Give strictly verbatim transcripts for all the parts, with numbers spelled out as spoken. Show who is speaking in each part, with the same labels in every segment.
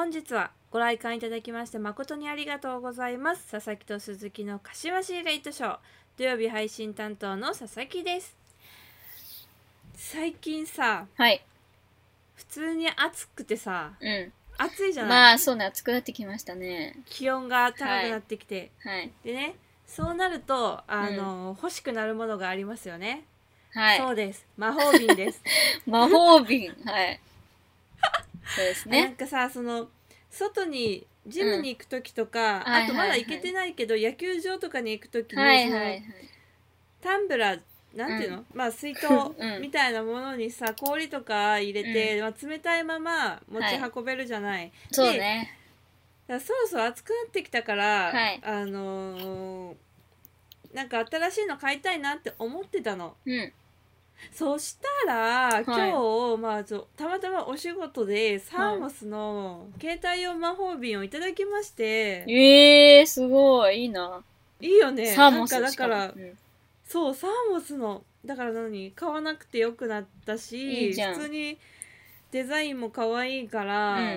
Speaker 1: 本日はご来館いただきまして誠にありがとうございます。佐々木と鈴木の柏市レイトショー、土曜日配信担当の佐々木です。最近さ、
Speaker 2: はい、
Speaker 1: 普通に暑くてさ、
Speaker 2: うん、
Speaker 1: 暑いじゃない。
Speaker 2: まあそうね、暑くなってきましたね。
Speaker 1: 気温が高くなってきて、
Speaker 2: はい、
Speaker 1: でね、そうなるとあの、うん、欲しくなるものがありますよね。
Speaker 2: はい、
Speaker 1: そうです、魔法瓶です。
Speaker 2: 魔法瓶、はいそうですね。
Speaker 1: なんかさ、その外にジムに行く時とか、
Speaker 2: うん、
Speaker 1: あとまだ行けてないけど、はいはいはい、野球場とかに行く時に、
Speaker 2: はいはいはい、
Speaker 1: タンブラーなんていうの、うん、まあ水筒みたいなものにさ、氷とか入れて、うん、まあ、冷たいまま持ち運べるじゃない、はい、
Speaker 2: そうね。
Speaker 1: だからそろそろ暑くなってきたから、
Speaker 2: はい、
Speaker 1: あのー、なんか新しいの買いたいなって思ってたの、
Speaker 2: うん、
Speaker 1: そしたら、はい、今日、まあ、ちょたまたまお仕事でサーモスの携帯用魔法瓶をいただきまして、
Speaker 2: はい、えー、すごいいいな。
Speaker 1: いいよね。
Speaker 2: サーモス
Speaker 1: なんかだから、
Speaker 2: うん、
Speaker 1: そうサーモスのだから何買わなくてよくなったし、
Speaker 2: いいじゃん。
Speaker 1: 普通にデザインも可愛いから、
Speaker 2: うんうん、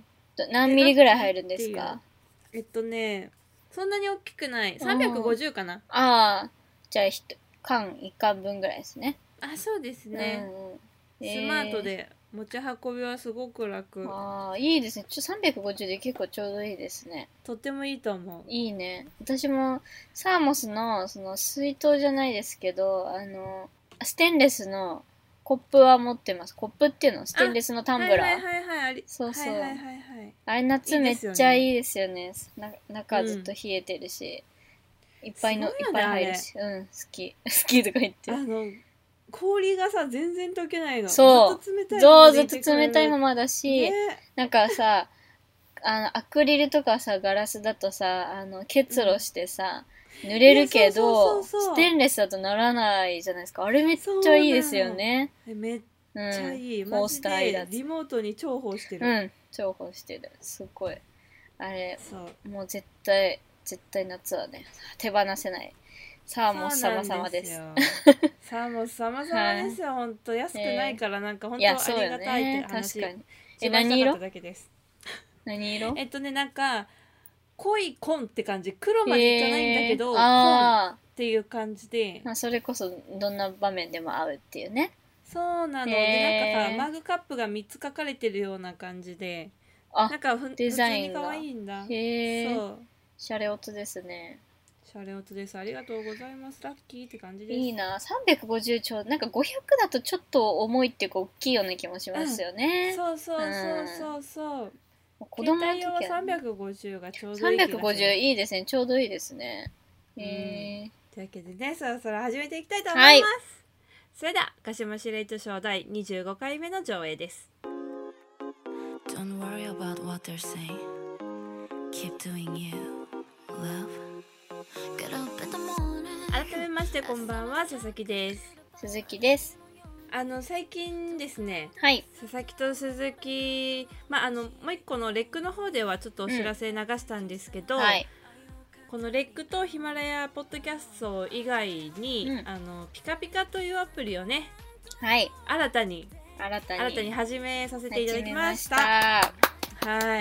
Speaker 2: 何ミリぐらい入るんですか？
Speaker 1: えっとね、そんなに大きくない、さんびゃくごじゅうかな。
Speaker 2: ああ、じゃあ缶いっかんぶんぐらいですね。
Speaker 1: あ、そうですね、うん、えー、スマートで持ち運びはすごく楽。
Speaker 2: ああ、いいですね。ちょさんびゃくごじゅうで結構ちょうどいいですね。
Speaker 1: とってもいいと思う。
Speaker 2: いいね。私もサーモスのその水筒じゃないですけど、あのステンレスのコップは持ってます。コップっていうのステンレスのタンブラー。
Speaker 1: はいはいはいはい、
Speaker 2: そうそう。
Speaker 1: はいはいはいはい、
Speaker 2: あれ夏めっちゃいいですよね。な中ずっと冷えてるし、うん、いっぱいの、ね、いっぱい入るし、うん、好き好きとか言って。
Speaker 1: あの氷がさ全然溶けないの。
Speaker 2: そう
Speaker 1: ずっと冷たい
Speaker 2: ままずっと冷たいままだし、
Speaker 1: ね、
Speaker 2: なんかさあのアクリルとかさガラスだとさあの結露してさ、うん、濡れるけどステンレスだとならないじゃないですか。あれめっちゃいいですよね。
Speaker 1: めっちゃいい、うん、
Speaker 2: マジで
Speaker 1: リモートに重宝してる。
Speaker 2: うん重宝してる。すごいあれもう絶対絶対夏はね手放せない。サーモス様々です。
Speaker 1: サーモス様々ですよ。本当安くないから、なんか本当ありがたいって話。
Speaker 2: 確かに。
Speaker 1: え、何色？だけです。
Speaker 2: 何色？
Speaker 1: えっとね、なんか濃い紺って感じ。黒までいかないんだけど、
Speaker 2: 紺
Speaker 1: っていう感じで。
Speaker 2: まあそれこそどんな場面でも合うっていうね。
Speaker 1: そうなので、なんかさマグカップがみっつ書かれてるような感じで、なんかふ
Speaker 2: デザインが
Speaker 1: 普通に可愛いんだ。
Speaker 2: へー。
Speaker 1: そう。
Speaker 2: シャレオツですね。
Speaker 1: シャレオツです。ありがとうございます。ラッキーって感じです。
Speaker 2: いいな。さんびゃくごじゅうちょうなんかごひゃくだとちょっと重いっていうか大きいような気もしますよね。
Speaker 1: うん、そうそうそうそうそう。
Speaker 2: うん、子供の時は
Speaker 1: さんびゃくごじゅうがちょうどいい。
Speaker 2: さんびゃくごじゅういいですね。ちょうどいいですね。へえ、うん。
Speaker 1: というわけでね、そろそろ始めていきたいと思います。はい、それでは柏市レイトショーだいにじゅうごかいめの上映です。Don't worry about what they're saying. Keep doing you, love.改めましてこんばんは、佐々木です。
Speaker 2: 鈴木です。
Speaker 1: あの最近ですね、
Speaker 2: はい、
Speaker 1: 佐々木と鈴木、まあ、あのもう一個のレックの方ではちょっとお知らせ流したんですけど、うんはい、このレックとヒマラヤポッドキャスト以外に、うん、あのピカピカというアプリをね、はい、新たに
Speaker 2: 新たに
Speaker 1: 新たに始めさせていただきました。はい。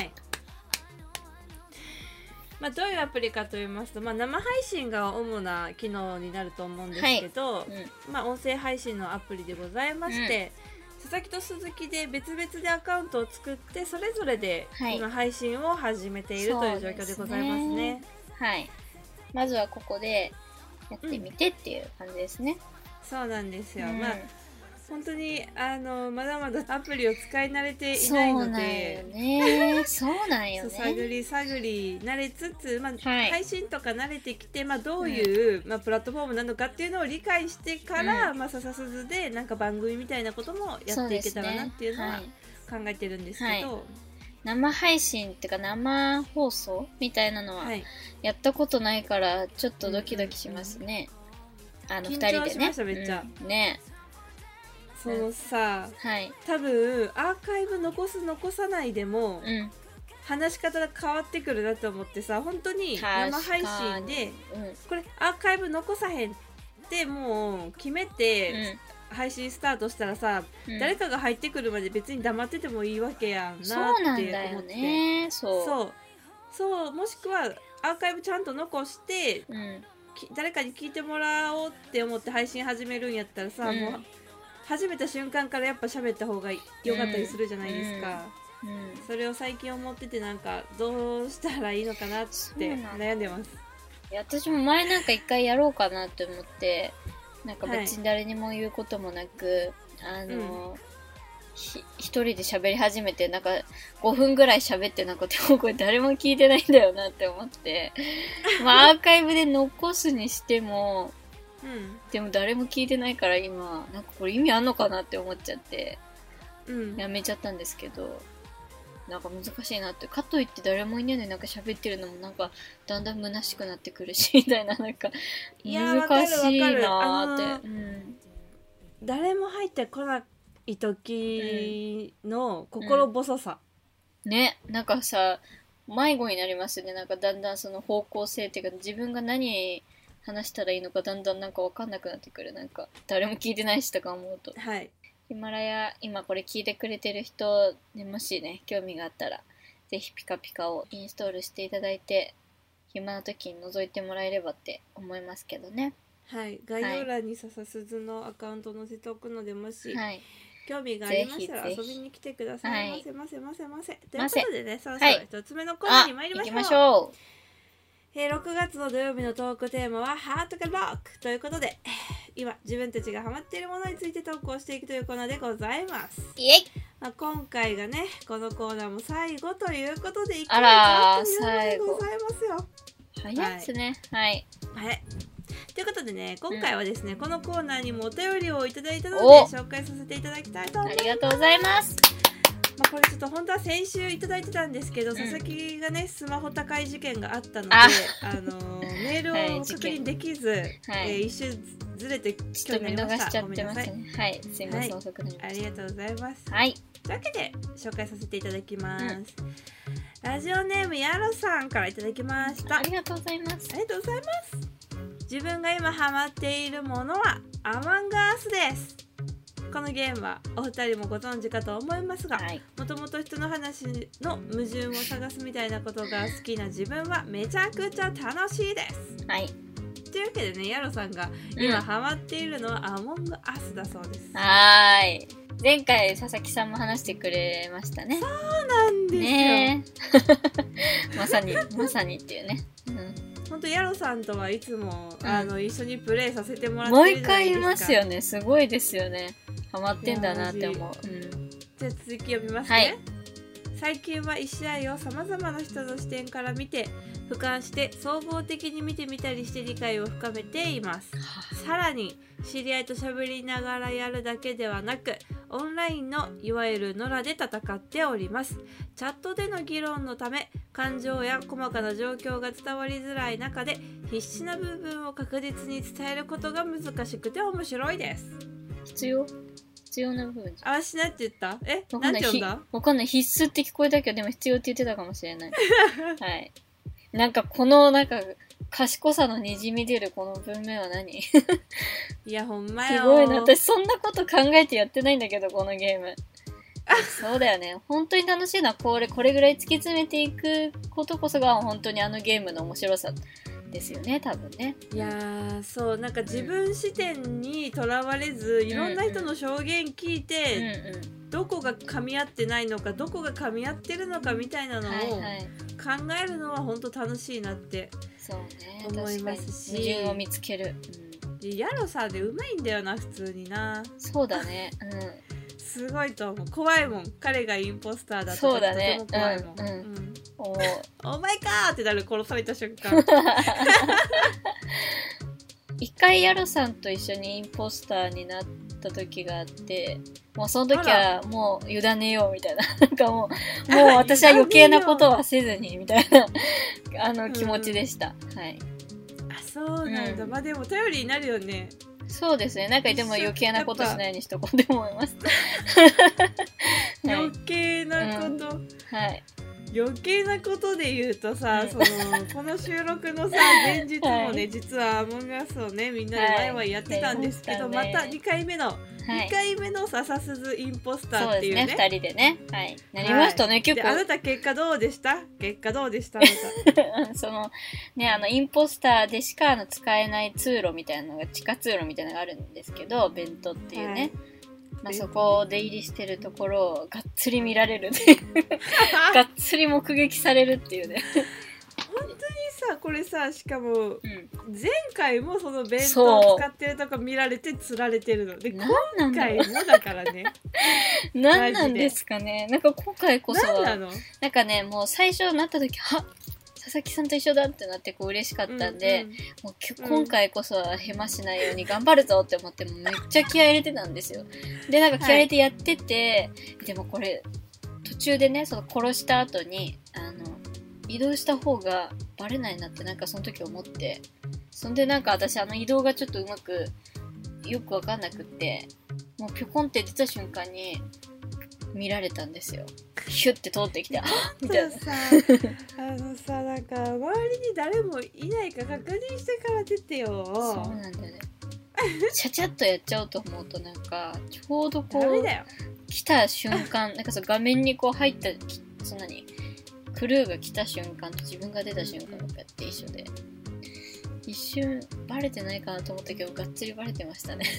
Speaker 1: まあ、どういうアプリかと言いますと、まあ、生配信が主な機能になると思うんですけど、はいうんまあ、音声配信のアプリでございまして、うん、佐々木と鈴木で別々でアカウントを作ってそれぞれで今配信を始めているという状況でございますね。
Speaker 2: はい、まずはここでやってみてっていう感じですね。
Speaker 1: うん、そうなんですよ、うんまあ本当にあのまだまだアプリを使い慣れていないので、
Speaker 2: そうなんよね。
Speaker 1: 探り探り慣れつつ、まあはい、配信とか慣れてきて、まあ、どういう、うんまあ、プラットフォームなのかっていうのを理解してから、うんまあ、笹鈴でなんか番組みたいなこともやっていけたらなっていうのは考えてるんですけど、はいはい、
Speaker 2: 生配信っていうか生放送みたいなのはやったことないからちょっとドキドキしますね。うんうんうん、あのふたりでね。緊張しましためっちゃ、うん、ね
Speaker 1: そのさ、
Speaker 2: はい、
Speaker 1: 多分アーカイブ残す残さないでも、
Speaker 2: うん、
Speaker 1: 話し方が変わってくるなと思ってさ、本当に生配信で、うん、これアーカイブ残さへんってもう決めて、 配信スタートしたらさ、うん、誰かが入ってくるまで別に黙っててもいいわけやんなって思って。
Speaker 2: そうなんだよね。そう
Speaker 1: そうそうもしくはアーカイブちゃんと残して、
Speaker 2: うん、
Speaker 1: 誰かに聞いてもらおうって思って配信始めるんやったらさ、うん、もう始めた瞬間からやっぱ喋った方がよかったりするじゃないですか、うんうん、それを最近思ってて、なんかどうしたらいいのかなって悩んでます。
Speaker 2: いや私も前なんか一回やろうかなって思って、なんか別に誰にも言うこともなく、はい、あの、うん、ひ一人で喋り始めて、なんかごふんぐらい喋って、なんかでもこれ誰も聞いてないんだよなって思ってまあアーカイブで残すにしても、うん、でも誰も聞いてないから今なんかこれ意味あんのかなって思っちゃって、うん、やめちゃったんですけど、なんか難しいなって。かといって誰もいないのになんか喋ってるのもなんかだんだん虚しくなってくるしみたいな、なんか難しいなーって、うん、
Speaker 1: 誰も入ってこない時の心細さ、
Speaker 2: うん、ね、なんかさ迷子になりますよね。なんかだんだんその方向性っていうか、自分が何話したらいいのかだんだんなんか分かんなくなってくる。なんか誰も聞いてないしとか思うと、
Speaker 1: はい、
Speaker 2: ヒマラヤ今これ聞いてくれてる人、ね、もしね興味があったらぜひピカピカをインストールしていただいて、暇な時に覗いてもらえればって思いますけどね。
Speaker 1: はい、概要欄に笹鈴のアカウント載せておくので、もし、はい、興味がありましたら遊びに来てください。はい、ませませませませ。ということでね、そろそろ一つ目のコーナーに参りましょう。行きましょう。えー、ろくがつの土曜日のトークテーマはハートがロックということで、今自分たちがハマっているものについて投稿していくというコーナーでございます。
Speaker 2: イエイ、
Speaker 1: まあ、今回がねこのコーナーも最後ということで、い
Speaker 2: きなりあら最後
Speaker 1: ございますよ。
Speaker 2: 早いですね。はい、
Speaker 1: はいはい、ということでね、今回はですね、うん、このコーナーにもお便りをいただいたので紹介させていただきたいと思います。
Speaker 2: ありがとうございます。
Speaker 1: まあ、これちょっと本当は先週いただいてたんですけど、うん、佐々木がねスマホ高い事件があったので、あ、あのー、メールを確認できず、はい、えー、一周ずれて
Speaker 2: ちょっと見逃しちゃってますね。はい、すいません、はい、遅くなりました。
Speaker 1: ありがとうございます。
Speaker 2: はい、
Speaker 1: というわけで紹介させていただきます、うん、ラジオネームやろさんからいただきました。
Speaker 2: ありがとうございます。
Speaker 1: ありがとうございます。自分が今ハマっているものはアマンガースです。このゲームはお二人もご存知かと思いますが、もともと人の話の矛盾を探すみたいなことが好きな自分はめちゃくちゃ楽しいです。
Speaker 2: はい、
Speaker 1: というわけでね、ヤロさんが今ハマっているのはアモングアスだそうです。
Speaker 2: うん、はーい、前回佐々木さんも話してくれましたね。
Speaker 1: そうなんですよ、ね、
Speaker 2: まさにまさにっていうね、うん、
Speaker 1: 本当ヤロさんとはいつも、うん、あの一緒にプレイさせてもらってるじゃないですか。
Speaker 2: 毎回いますよね。すごいですよね。ハマってんだなって思う。うん、
Speaker 1: じゃあ続き読みますね。はい、最近はいち試合をさまざまな人の視点から見て俯瞰して総合的に見てみたりして理解を深めています。さらに知り合いと喋りながらやるだけではなく、オンラインのいわゆるノラで戦っております。チャットでの議論のため感情や細かな状況が伝わりづらい中で必死な部分を確実に伝えることが難しくて面白いです。
Speaker 2: 必要必要な部分じゃん。
Speaker 1: あ、しなって言った？え、なんて読んだ？
Speaker 2: わかんない。必須って聞こえたけど、でも必要って言ってたかもしれない。はい。なんかこのなんか賢さのにじみ出るこの文面は何？い
Speaker 1: やほんまよ。
Speaker 2: すごいな。私そんなこと考えてやってないんだけど、このゲーム。そうだよね。本当に楽しいのはこれこれぐらい突き詰めていくことこそが本当にあのゲームの面白さですよね、多分ね。
Speaker 1: いやー、そう、なんか自分視点にとらわれず、うん、いろんな人の証言聞いて、うんうん、どこが噛み合ってないのか、どこが噛み合ってるのかみたいなのを考えるのは本当楽しいなって思いますし、
Speaker 2: 矛盾を見つける、
Speaker 1: うん、ヤロさんでうまいんだよな、普通にな。
Speaker 2: そうだね、うん、
Speaker 1: すごいと思う。怖いもん、彼がインポスターだったらとても怖いもん。うんうんうん、お, お前かーってなる、殺された瞬間。
Speaker 2: 一回ヤロさんと一緒にインポスターになった時があって、もうその時はもう委ねようみたいな、なんかもうもう私は余計なことはせずにみたいなあの気持ちでした、うん、はい。
Speaker 1: あ、そうなんだ、うん、まあでも頼りになるよね。
Speaker 2: そうですね。なんかでも余計なことしないようにしとこうって思います。
Speaker 1: 余計なこと、うん、はい。余計なことで言うとさ、うん、そのこの収録のさ前日もね、はい、実はアモンガスをねみんなでワイワイやってたんですけど、はい、またにかいめのはい、にかいめの笹鈴インポスターっていうね、
Speaker 2: そうですね、ふたりでね、はい、なりましたね、はい、結構。
Speaker 1: あなた結果どうでした？結果どうでした？あ
Speaker 2: なたそのね、あのインポスターでしかあの使えない通路みたいなのが、地下通路みたいなのがあるんですけど、ベントっていうね、はい、まあ、そこを出入りしてるところをがっつり見られるっていうがっつり目撃されるっていうね
Speaker 1: 本当にさ、これさ、しかも、うん、前回もその弁当を使ってるとか見られて釣られてるので、今回もだからね
Speaker 2: 何なんですかね。なんか今回こそはな, なんかね、もう最初なった時、は佐々木さんと一緒だってなってこう嬉しかったんで、うんうん、もう今回こそはヘマしないように頑張るぞって思って、もうめっちゃ気合い入れてたんですよ。で、なんか気合い入れてやってて、はい、でもこれ途中でね、その殺した後にあの移動した方がバレないなってなんかその時思って、そんでなんか私あの移動がちょっとうまくよくわかんなくって、もうピョコンって出た瞬間に見られたんですよ。ヒュッて通ってきて、あっみたいな。
Speaker 1: さあのさ、なんか周りに誰もいないか確認してから出てよ。
Speaker 2: そうなんだよね。ちゃちゃっとやっちゃおうと思うとなんかちょうどこう来た瞬間、なんかそう画面にこう入ったそんなにクルーが来た瞬間と自分が出た瞬間とかって一緒で、一瞬バレてないかなと思ったけどがっつりバレてましたね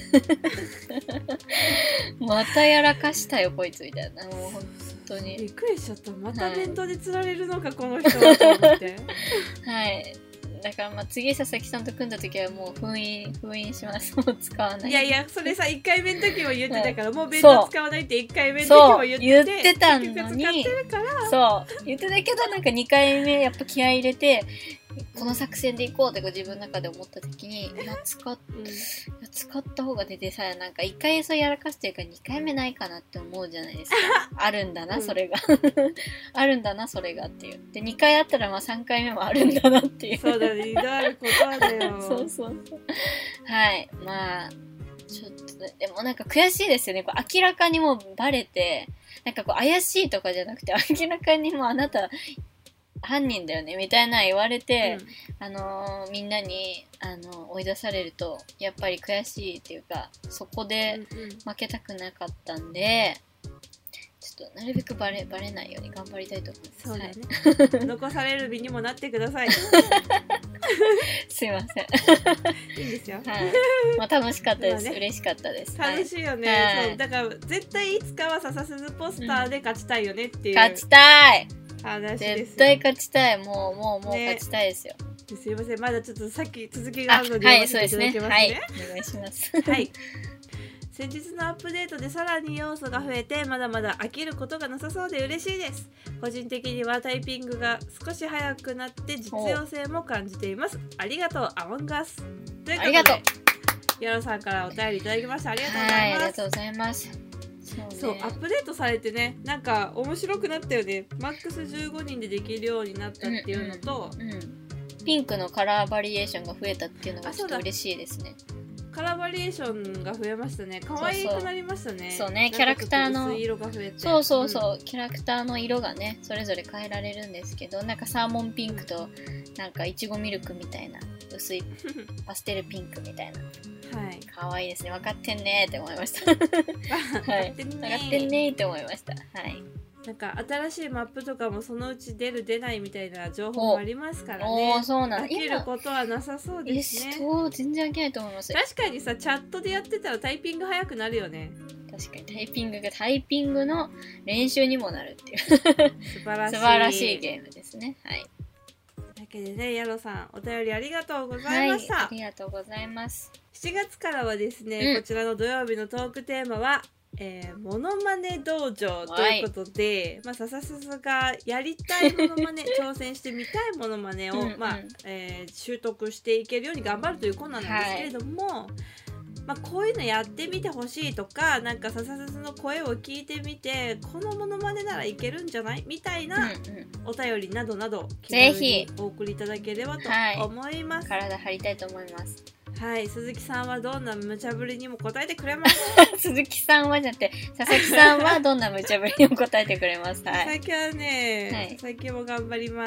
Speaker 2: またやらかしたよこいつみたいな、もう本当に
Speaker 1: びっくりしちゃった。また弁当で釣られるのか、はい、この人はと思って
Speaker 2: はい、だからまあ次佐々木さんと組んだ時はもう封印封印します。もう使わない。
Speaker 1: いやいや、それさいっかいめの時も言ってたから、はい、もう弁当使わないっていっかいめの時も言ってて、
Speaker 2: 言ってたのに、
Speaker 1: 使ってるから、
Speaker 2: そう言ってたけど、なんかにかいめやっぱ気合い入れてこの作戦で行こうってこう自分の中で思った時に、いや使っ、うん、いや使った方が出てさ、なんかいっかいそうやらかしてるからにかいめないかなって思うじゃないですかあるんだな、うん、それがあるんだなそれがっていうで、にかいあったらまあさんかいめもあるんだなっていう
Speaker 1: そうだね、いろいろあることだよ
Speaker 2: そうそうそう、はい、まあちょっとでもなんか悔しいですよね。こう明らかにもうバレて、なんかこう怪しいとかじゃなくて明らかにもうあなた犯人だよねみたいな言われて、うん、あのー、みんなに、あのー、追い出されるとやっぱり悔しいっていうか、そこで負けたくなかったんで、うんうん、ちょっとなるべくバレバレないように頑張りたいと思います。
Speaker 1: そうだね、はい、残される身にもなってください
Speaker 2: すいません
Speaker 1: いいんですよ、
Speaker 2: はい、まあ、楽しかったです、ね、嬉しかったです。
Speaker 1: 楽しいよね、はい、そうだから絶対いつかは笹鈴ポスターで勝ちたいよねっていう、
Speaker 2: うん、勝ちたい
Speaker 1: 話です。
Speaker 2: 絶対勝ちたい。もうもうもう勝ちたいですよ、
Speaker 1: ね、すいません、まだちょっとさっき続きがあるので読ませていただきますね。
Speaker 2: はい、お願いします
Speaker 1: はい先日のアップデートでさらに要素が増えてまだまだ飽きることがなさそうで嬉しいです。個人的にはタイピングが少し早くなって実用性も感じています。ありがとうアモンガスということで、ありがとうヤロさんからお便りいただきました。ありがとうございます。はい、ありがとうございます。そうね、そうアップデートされてね、なんか面白くなったよね。マックスじゅうごにんでできるようになったっていうのと、うんうんうん、
Speaker 2: ピンクのカラーバリエーションが増えたっていうのがちょっと嬉しいですね。
Speaker 1: カラーバリエーションが増えましたね。可愛くなりましたね。
Speaker 2: そうね、キャラクターの
Speaker 1: 薄い色が増えて、
Speaker 2: そうそうそう、うん、キャラクターの色がねそれぞれ変えられるんですけど、なんかサーモンピンクとなんかいちごミルクみたいな薄いパステルピンクみたいなはい、可愛いですね。分かってんねーって思いました。はい、分かってんねーって思いました。はい。なんか
Speaker 1: 新しいマップとかもそのうち出る出ないみたいな情報もありますからね。
Speaker 2: お、そうなん。
Speaker 1: 飽きることはなさそうですね。
Speaker 2: そう、全然飽きないと思います。
Speaker 1: 確かにさ、チャットでやってたらタイピング早くなるよね。
Speaker 2: 確かにタイピングがタイピングの練習にもなるっていう
Speaker 1: 素晴らしい
Speaker 2: 素晴らしいゲームですね。はい。
Speaker 1: というわけでね、ヤロさんお便りありがとうございました。
Speaker 2: はい、ありがとうございます。
Speaker 1: しちがつからはですね、うん、こちらの土曜日のトークテーマはえー、モノマネ道場ということで、まあ、笹鈴がやりたいモノマネ挑戦してみたいモノマネをうん、まあえー、習得していけるように頑張るというコーナーなんですけれども、はい、まあ、こういうのやってみてほしいとか、なんか笹鈴の声を聞いてみてこのモノマネならいけるんじゃないみたいなお便りなどなど気軽にお送りいただければと思います。
Speaker 2: はい、体張りたいと思います。
Speaker 1: はい、鈴木さんはどんな無茶ぶりにも答えてくれます
Speaker 2: 鈴木さんはじゃなくて佐々木さんはどんな無茶ぶりにも答えてくれます。はい、
Speaker 1: 最近はね、はい、最近も頑張ります。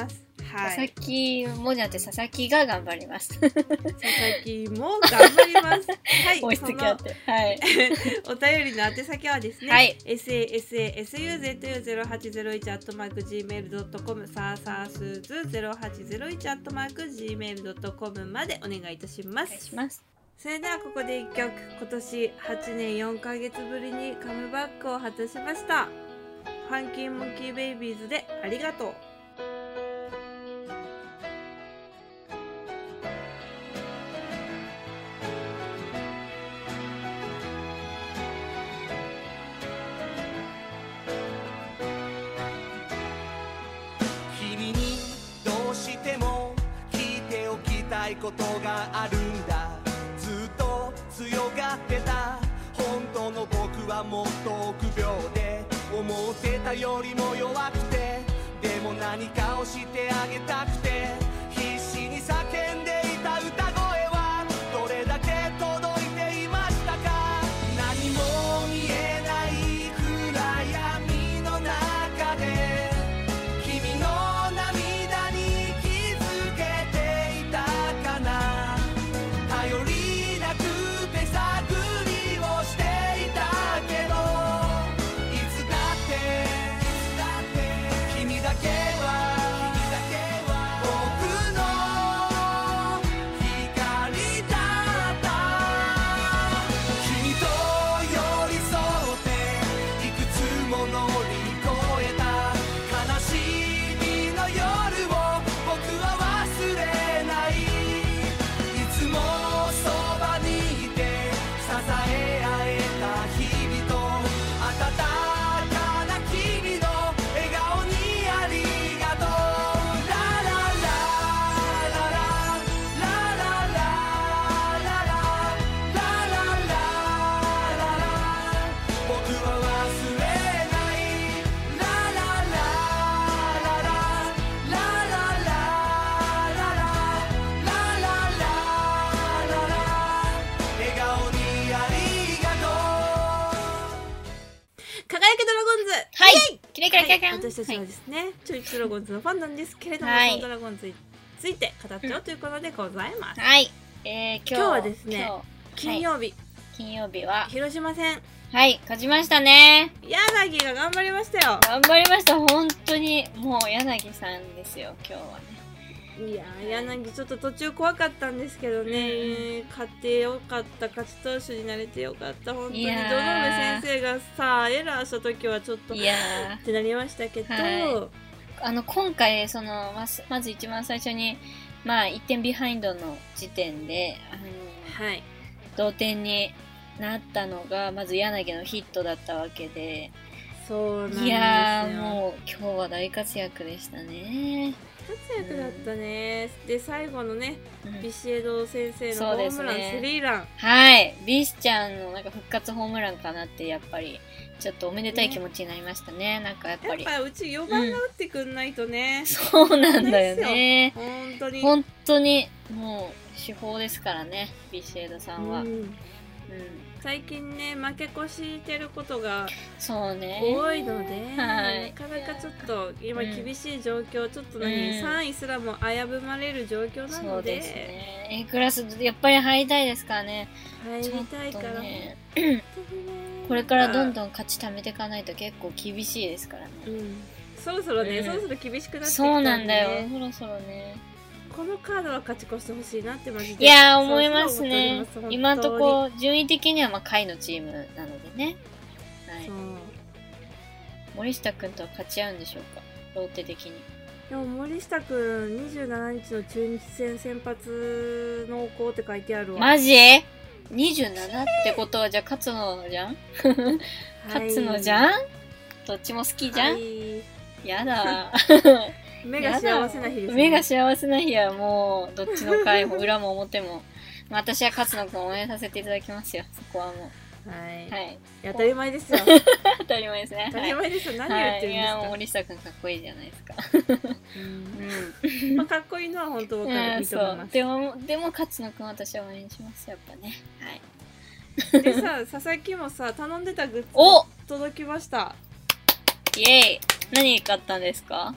Speaker 2: はい、佐々木もじゃなくて佐々木が頑張ります。
Speaker 1: 佐々木も頑張ります。はい。
Speaker 2: 押し付け合って。はい。
Speaker 1: お便りの宛先はですね。はい。エスエーエスエーエスユーゼットユーゼロはちゼロいち アットマーク ジーメール ドットコム サーサースーズゼロはちゼロいち アットマーク ジーメール ドットコム までお願いいたします。お願いします。それではここで一曲、今年はちねんよんかげつぶりにカムバックを果たしました。ファンキーモンキーベイビーズでありがとう。
Speaker 3: 君にどうしても聞いておきたいことがあるんだ。ずっと強がってた本当の僕はもっと臆病で、思ってたよりも弱くて、でも何かをしてあげたくて必死に叫んでいた歌声はどれだけ届いていましたか。何も見えない暗闇の中で君の涙に気づけていたかな。頼りなくて探りをしていたけど、いつだっていつだって君だけは君だけは僕の光だった。君と寄り添っていくつも乗り越えた悲しみの夜を僕は忘れない。いつもそばにいて支え合えた日々と温かな君の笑顔にありがとう。ラララララララララララララララ、僕は忘れない。ラララララララララララララララ、笑顔にありがとう。
Speaker 1: 輝けドラゴンズ。
Speaker 2: はい
Speaker 1: イエイ。
Speaker 2: キラキラキラキラ。
Speaker 1: 私たちはですね、ちょいドラゴンズのファンなんですけれども、
Speaker 2: はい
Speaker 1: そのドラゴンズについて語っちゃおうということでございます。
Speaker 2: はい。えー、今日
Speaker 1: 今日はですね
Speaker 2: 今日
Speaker 1: 金曜日、
Speaker 2: 金曜日は
Speaker 1: 広島戦、
Speaker 2: はい勝ちましたね。
Speaker 1: 柳が頑張りましたよ。
Speaker 2: 頑張りました。本当にもう柳さんですよ今日はね。
Speaker 1: いやー、柳ちょっと途中怖かったんですけどね、勝ってよかった、勝ち投手になれてよかった。本当に堂
Speaker 2: いや
Speaker 1: 上
Speaker 2: ー
Speaker 1: 先生がさエラーした時はちょっとっ
Speaker 2: いや
Speaker 1: てなりましたけど、
Speaker 2: はいーあの今回そのまずまず一番最初にまあいってんビハインドの時点であの
Speaker 1: はい、
Speaker 2: 同点になったのがまず柳のヒットだったわけで、
Speaker 1: そうなんですよ。
Speaker 2: いやーもう今日は大活躍でしたね。
Speaker 1: 活躍だったね、うん、で最後のね、
Speaker 2: うん、
Speaker 1: ビシエド先生のホームラン、ね、スリーラン、
Speaker 2: はいビシちゃんのなんか復活ホームランかなってやっぱりちょっとおめでたい気持ちになりましたね。なんかやっぱり
Speaker 1: やっぱうちよばんが打ってくんないとね、
Speaker 2: うん、そうなんだよね。
Speaker 1: 本当に
Speaker 2: 本当にもう手法ですからねビシエドさんは、うんうん、
Speaker 1: 最近ね負け越してることが
Speaker 2: そうね
Speaker 1: 多いので、
Speaker 2: はい、
Speaker 1: なかなかちょっと今厳しい状況、うん、ちょっと何、うん、さんいすらも危ぶまれる状況なので、
Speaker 2: そうですね A クラスやっぱり入りたいですからね。
Speaker 1: 入りたいからね
Speaker 2: これからどんどん勝ち貯めていかないと結構厳しいですからね、
Speaker 1: うん、そろそろね、うん、そろそろ厳しくなってきたんで、
Speaker 2: そうなんだよそろそろね
Speaker 1: このカードは勝ち越してほしいなってマジで
Speaker 2: いやー思いますね。今んとこ順位的にはまあ下位のチームなのでね、はい、森下くんとは勝ち合うんでしょうかローテ的に。
Speaker 1: でも森下くんにじゅうしちにちの中日戦先発濃厚って書いてあるわ。
Speaker 2: マジにじゅうななってことはじゃあ勝つのじゃん勝つのじゃん、はい、どっちも好きじゃん、はい、やだ
Speaker 1: 目が幸せな日ですね。
Speaker 2: 目が幸せな日はもうどっちの回も裏も表も、まあ、私は勝野くんを応援させていただきますよ。そこはもう
Speaker 1: はい、
Speaker 2: はい、
Speaker 1: 当たり前ですよ
Speaker 2: 当たり前ですね。
Speaker 1: 当たり前ですよ、はい、何言ってるんですか、はい、いや
Speaker 2: もう森下くんかっこいいじゃないですか
Speaker 1: うん、まあ、かっこいいのは本当わかる、認めます。
Speaker 2: でもでも勝野くん私は応援しますやっぱね。はい
Speaker 1: でさ佐々木もさ頼んでたグッズ届きました。
Speaker 2: イエーイ。何買ったんですか？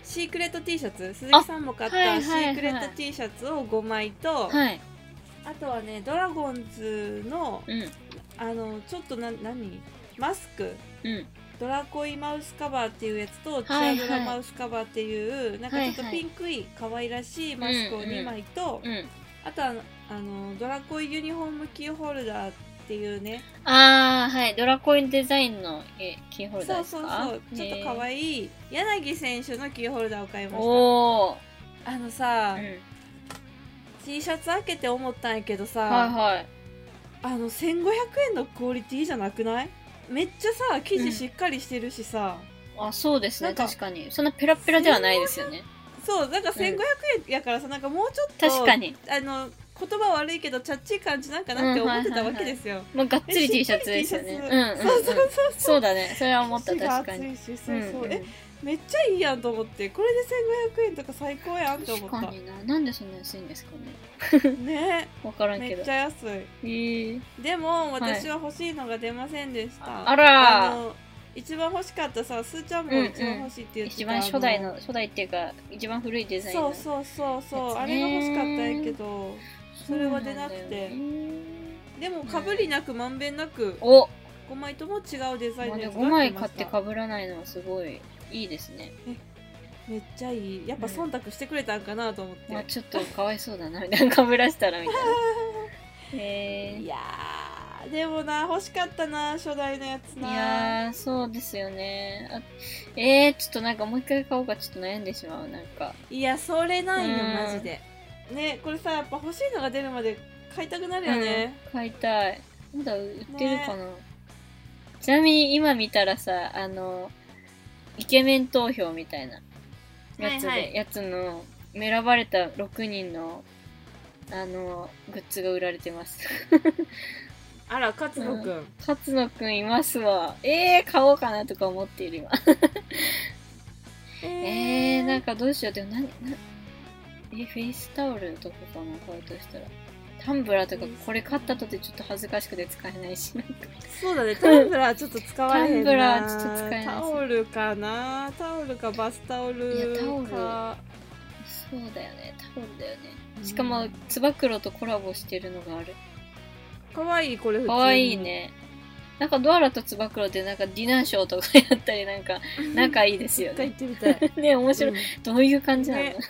Speaker 1: シークレット T シャツ、鈴木さんも買ったシークレット T シャツをごまいと、
Speaker 2: はい、
Speaker 1: あとはねドラゴンズの、
Speaker 2: うん、
Speaker 1: あのちょっとな何マスク、
Speaker 2: うん、
Speaker 1: ドラコイマウスカバーっていうやつと、チアドラマウスカバーっていう、はいはい、なんかちょっとピンクい可愛らしいマスクをにまいと、うんうん、あとはあのドラコイユニフォームキーホルダーっていうね、
Speaker 2: あー、はい、ドラコイデザインのキーホルダーですか。
Speaker 1: そうそうそう、ちょっと可愛い柳選手のキーホルダーを買いました。
Speaker 2: おー、
Speaker 1: あのさ、うん、T シャツ開けて思ったんやけどさ、
Speaker 2: はいはい、
Speaker 1: あのせんごひゃくえんのクオリティじゃなくない？めっちゃさ生地しっかりしてるしさ、
Speaker 2: うん、あ、そうですね、確かにそんなペラペラではないですよね。
Speaker 1: そう、なんかせんごひゃくえんやからさ、うん、なんかもうちょっと
Speaker 2: 確かに
Speaker 1: あの言葉悪いけどチャッチー感じなんかなって思ってたわけですよ。
Speaker 2: もうがっつり T シャツですよね。うんうんうん、そうそうそうそう。そうだね。それは思った、確かに。
Speaker 1: そうそう、うんうん、えめっちゃいいやんと思って、これでせんごひゃくえんとか最高やんと思った。
Speaker 2: 確かにな。なんでそんな安いんですかね。
Speaker 1: ね。
Speaker 2: わからんけど。
Speaker 1: めっちゃ安い。
Speaker 2: へー。
Speaker 1: でも私は欲しいのが出ませんでした。はい、
Speaker 2: あらー。
Speaker 1: あの一番欲しかったさ、すーちゃんも一番欲しいって言ってた、
Speaker 2: うんうん、一番初代の初代っていうか一番古いデザインの。
Speaker 1: そうそうそうそう、あれが欲しかったんやけど。それは出なくて、でもかぶりなくまんべんなく
Speaker 2: お
Speaker 1: ごまいとも違うデザインのやつが出ました。
Speaker 2: ごまい買ってかぶらないのはすごいいいですね。
Speaker 1: えめっちゃいい。やっぱ忖度してくれたんかなと思って、
Speaker 2: うん、まあ、ちょっとかわいそうだなみたいな、かぶらしたらみたいなへー。
Speaker 1: いやーでもな欲しかったな初代のやつな。
Speaker 2: いやーそうですよね。あえー、ちょっとなんかもう一回買おうかちょっと悩んでしまう。なんか
Speaker 1: いやそれないよマジでね。これさやっぱ欲しいのが出るまで買いたくなるよね、
Speaker 2: うん、買いたい。まだ売ってるかな、ね、ちなみに今見たらさ、あのイケメン投票みたいなやつで、はいはい、やつの選ばれたろくにんのあのグッズが売られてます
Speaker 1: あら勝野くん、うん、
Speaker 2: 勝野くんいますわ。えー、買おうかなとか思っている今えー、えー、なんかどうしよう。でも何なえフェイスタオルとかかな買うとしたら。タンブラーとかこれ買ったとてちょっと恥ずかしくて使えないし、なんか
Speaker 1: そうだね、タンブラーちょっと使われへんな。
Speaker 2: タンブラーちょっと使えないし。
Speaker 1: タオルかな、タオルかバスタオルか。いやタオルそう
Speaker 2: だよね、タオルだよね。しかもつば九郎とコラボしてるのがある。
Speaker 1: かわいい。これ普通に
Speaker 2: かわいいね。なんかドアラとつば九郎ってなんかディナーショーとかやったりなんか仲いいですよね。
Speaker 1: 一回行ってみたい
Speaker 2: ね、面白い、うん、どういう感じなの、ね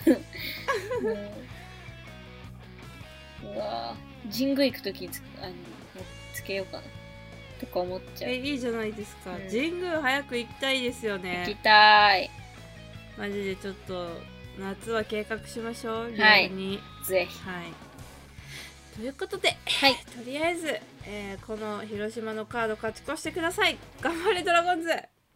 Speaker 2: うん、うわ神宮行くときにつあのつけようかなとか思っちゃう。
Speaker 1: えいいじゃないですか、うん、神宮早く行きたいですよね。
Speaker 2: 行きたい。
Speaker 1: マジでちょっと夏は計画しましょう。
Speaker 2: リアル
Speaker 1: に
Speaker 2: ぜひ。
Speaker 1: はいということで、
Speaker 2: はい、
Speaker 1: とりあえず、えー、この広島のカード勝ち越してください。頑張れドラゴンズ。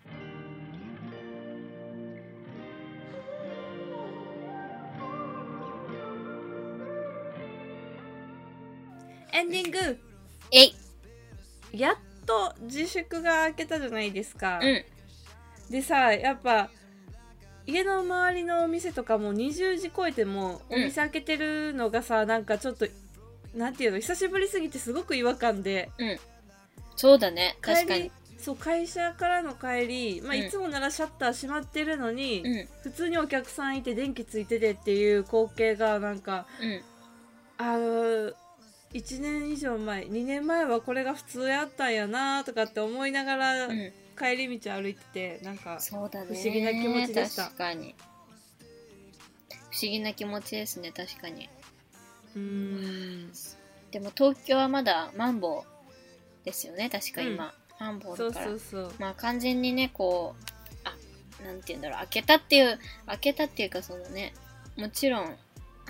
Speaker 1: エンディング。
Speaker 2: えい。
Speaker 1: やっと自粛が明けたじゃないですか、
Speaker 2: うん、
Speaker 1: でさやっぱ家の周りのお店とかもにじゅうじ超えてもお店開けてるのがさ、うん、なんかちょっとなんていうの久しぶりすぎてすごく違和感で、
Speaker 2: うん、そうだね確かに。
Speaker 1: そう会社からの帰り、まあ、いつもならシャッター閉まってるのに、うん、普通にお客さんいて電気ついててっていう光景がなんか、
Speaker 2: うん、
Speaker 1: あのいちねん以上前にねんまえはこれが普通やったんやなとかって思いながら、うん、帰り道歩いててなんか不思議な気持ちでした。
Speaker 2: 確かに不思議な気持ちですね。確かに。
Speaker 1: うーん
Speaker 2: でも東京はまだマンボウですよね確か今、うん、マンボウだから
Speaker 1: そうそうそう、
Speaker 2: まあ完全にねこうあなんて言うんだろう開けたっていう開けたっていうかそのねもちろんあの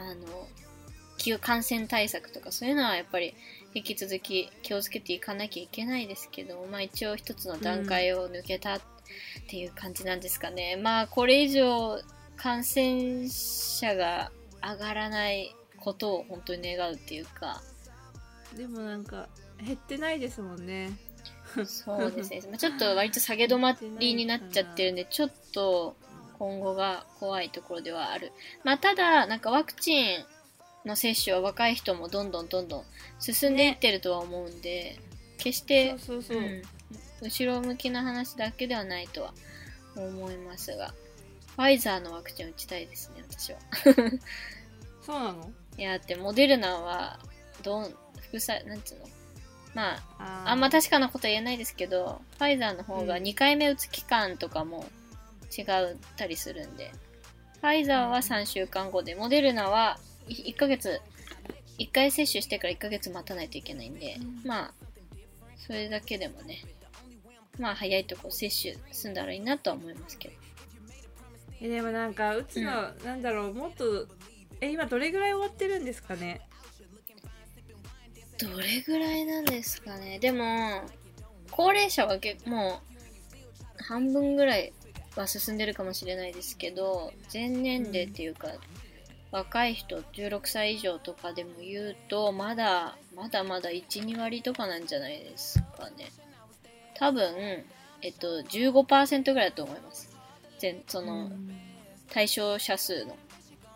Speaker 2: 感染対策とかそういうのはやっぱり引き続き気をつけていかなきゃいけないですけど、まあ一応一つの段階を抜けたっていう感じなんですかね、うん、まあこれ以上感染者が上がらないことを本当に願うっていうか。
Speaker 1: でもなんか減ってないですもんね。
Speaker 2: そうですねちょっと割と下げ止まりになっちゃってるんでちょっと今後が怖いところではある。まあただなんかワクチンの接種は若い人もどんどんどんどん進んでいってるとは思うんで、ね、決して
Speaker 1: そうそうそう、うん、
Speaker 2: 後ろ向きな話だけではないとは思いますが、 ファイザーのワクチン打ちたいですね、私は。
Speaker 1: そうなの？
Speaker 2: いや、だってモデルナは、どう、副作、なんつうのまあ、ああんま確かなことは言えないですけど、ファイザーの方がにかいめ打つ期間とかも違ったりするんで、ファイザーはさんしゅうかんごで、モデルナはいっかげつ、いっかい接種してからいっかげつ待たないといけないんで、うん、まあ、それだけでもね、まあ早いとこ接種済んだらいいなとは思いますけど。
Speaker 1: えでもなんか打つの、うん、なんだろう、もっと、え今どれぐらい終わってるんですかね。
Speaker 2: どれぐらいなんですかね。でも高齢者は結構もう半分ぐらいは進んでるかもしれないですけど、全年齢っていうか、うん、若い人じゅうろくさい以上とかでも言うとまだまだまだ いち、にわりとかなんじゃないですかね。多分えっと じゅうごパーセント ぐらいだと思います。全その対象者数の。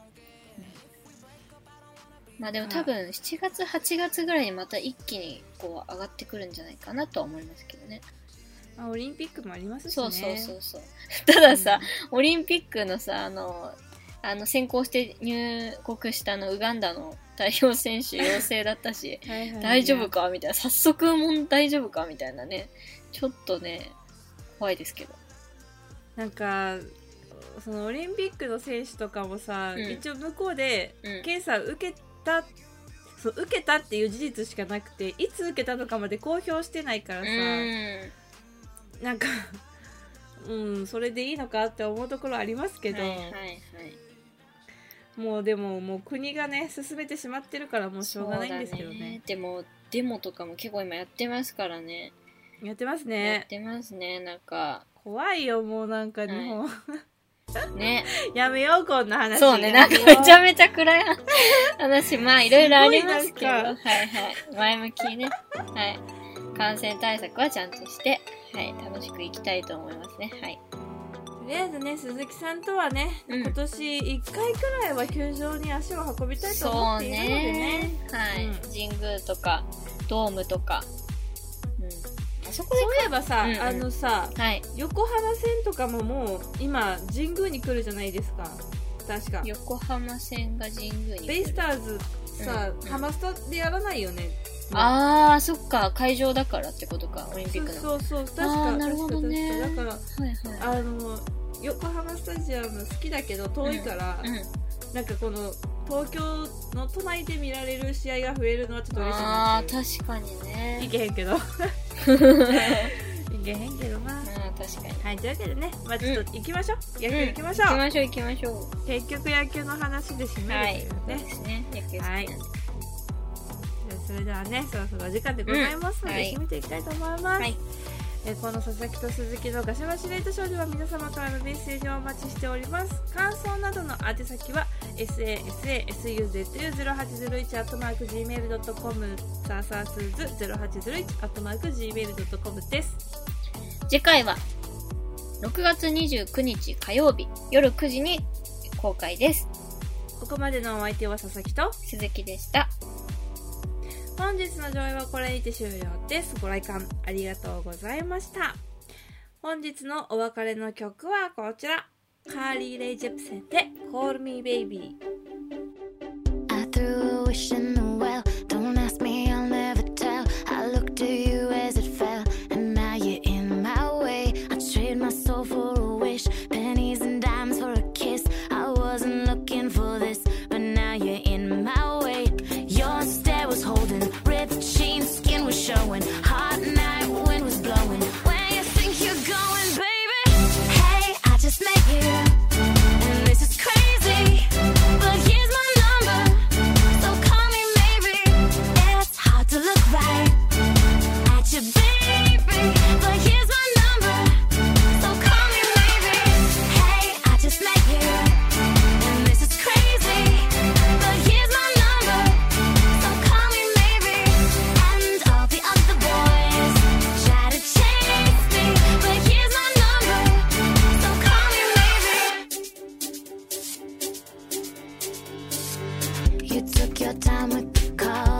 Speaker 2: まあでも多分しちがつはちがつぐらいにまた一気にこう上がってくるんじゃないかなとは思いますけどね。
Speaker 1: あ、オリンピックもありますしね。
Speaker 2: そうそうそうそう。たださ、うん、オリンピックのさ、あのあの先行して入国したのウガンダの代表選手陽性だったしはい、はい、大丈夫かみたいな、早速もう大丈夫かみたいなね、ちょっとね怖いですけど。
Speaker 1: なんかそのオリンピックの選手とかもさ、うん、一応向こうで検査受けた、うん、そう受けたっていう事実しかなくて、いつ受けたのかまで公表してないからさ、うん、なんかうんそれでいいのかって思うところありますけど、はいはいはい、もうでももう国がね進めてしまってるからもうしょうがないんですけど ね, ね
Speaker 2: でもデモとかも結構今やってますからね。
Speaker 1: やってますね。
Speaker 2: やってますね。なんか
Speaker 1: 怖いよもうなんか日本、はい
Speaker 2: ね、
Speaker 1: やめようこんな話。
Speaker 2: そうね、なんかめちゃめちゃ暗い話、まあいろいろありますけど、はいはい、前向きね、はい、感染対策はちゃんとして、はい、楽しくいきたいと思いますね。はい。
Speaker 1: とりあえずね、鈴木さんとはね、うん、今年いっかいくらいは球場に足を運びたいと思っているのでね。
Speaker 2: そうね、はい、うん、神宮とかドームとか。
Speaker 1: そこでそういえばさ、うんうん、あのさ、はい、横浜線とかももう今神宮に来るじゃないですか。確か
Speaker 2: 横浜線が神宮に来る。
Speaker 1: ベイスターズさ、うんうん、ハマスタでやらないよね。
Speaker 2: あーそっか、会場だからってことか、オリンピックの。
Speaker 1: そうそうそう、確か
Speaker 2: なるほどね。
Speaker 1: だから、はいはい、あの横浜スタジアム好きだけど遠いから、うんうん、なんかこの東京の都内で見られる試合が増えるのはちょっと嬉しいなっていう。
Speaker 2: あー確かにね。
Speaker 1: いけへんけどいけへんけどな。
Speaker 2: あ確かに。
Speaker 1: はい、というわけでね、まあちょっと行きましょう、うん、野球行きましょう、
Speaker 2: うん、行きましょう行きましょう。
Speaker 1: 結局野球の話で締めるというね、
Speaker 2: はい、そうですね、野球好きなんで、はい、
Speaker 1: それではね、そろそろお時間でございますので、うん、はい、締めていきたいと思います、はい。えこの佐々木と鈴木のガシマシレイトショーでは皆様からのメッセージをお待ちしております。感想などの宛先は エスエーエスエーエスユーゼットユーゼロはちゼロいち アットマーク ジーメールドットコム サーサースーズゼロはちゼロいち アットマーク ジーメールドットコム です。
Speaker 2: 次回はろくがつにじゅうくにち火曜日夜くじに公開です。
Speaker 1: ここまでのお相手は佐々木と
Speaker 2: 鈴木でした。
Speaker 1: 本日の上映はこれにて終了です。ご来館ありがとうございました。本日のお別れの曲はこちら、カーリー・レイ・ジェプセンで Call Me Baby。
Speaker 4: I threw a wish in the well, don't ask me, I'll never tell. I looked at you as it fell, and now you're in my way. I trade my soul for a wish, pennies and dimes for a kiss. I wasn't looking for this, but now you're in my way. Your stare was holding, ripped jeans, skin was showing, hot night, wind was blowing. Where you think you're going, baby? Hey, I just met you, and this is crazy, but here's my number, so call me maybe. It's hard to look right at you, baby, but here's my number, so call me maybe. Hey, I just met you, and this is crazy, but here's my number, so call me maybe. And all the other boys try to chase me, but here's my number, so call me maybe. You took your time with the call.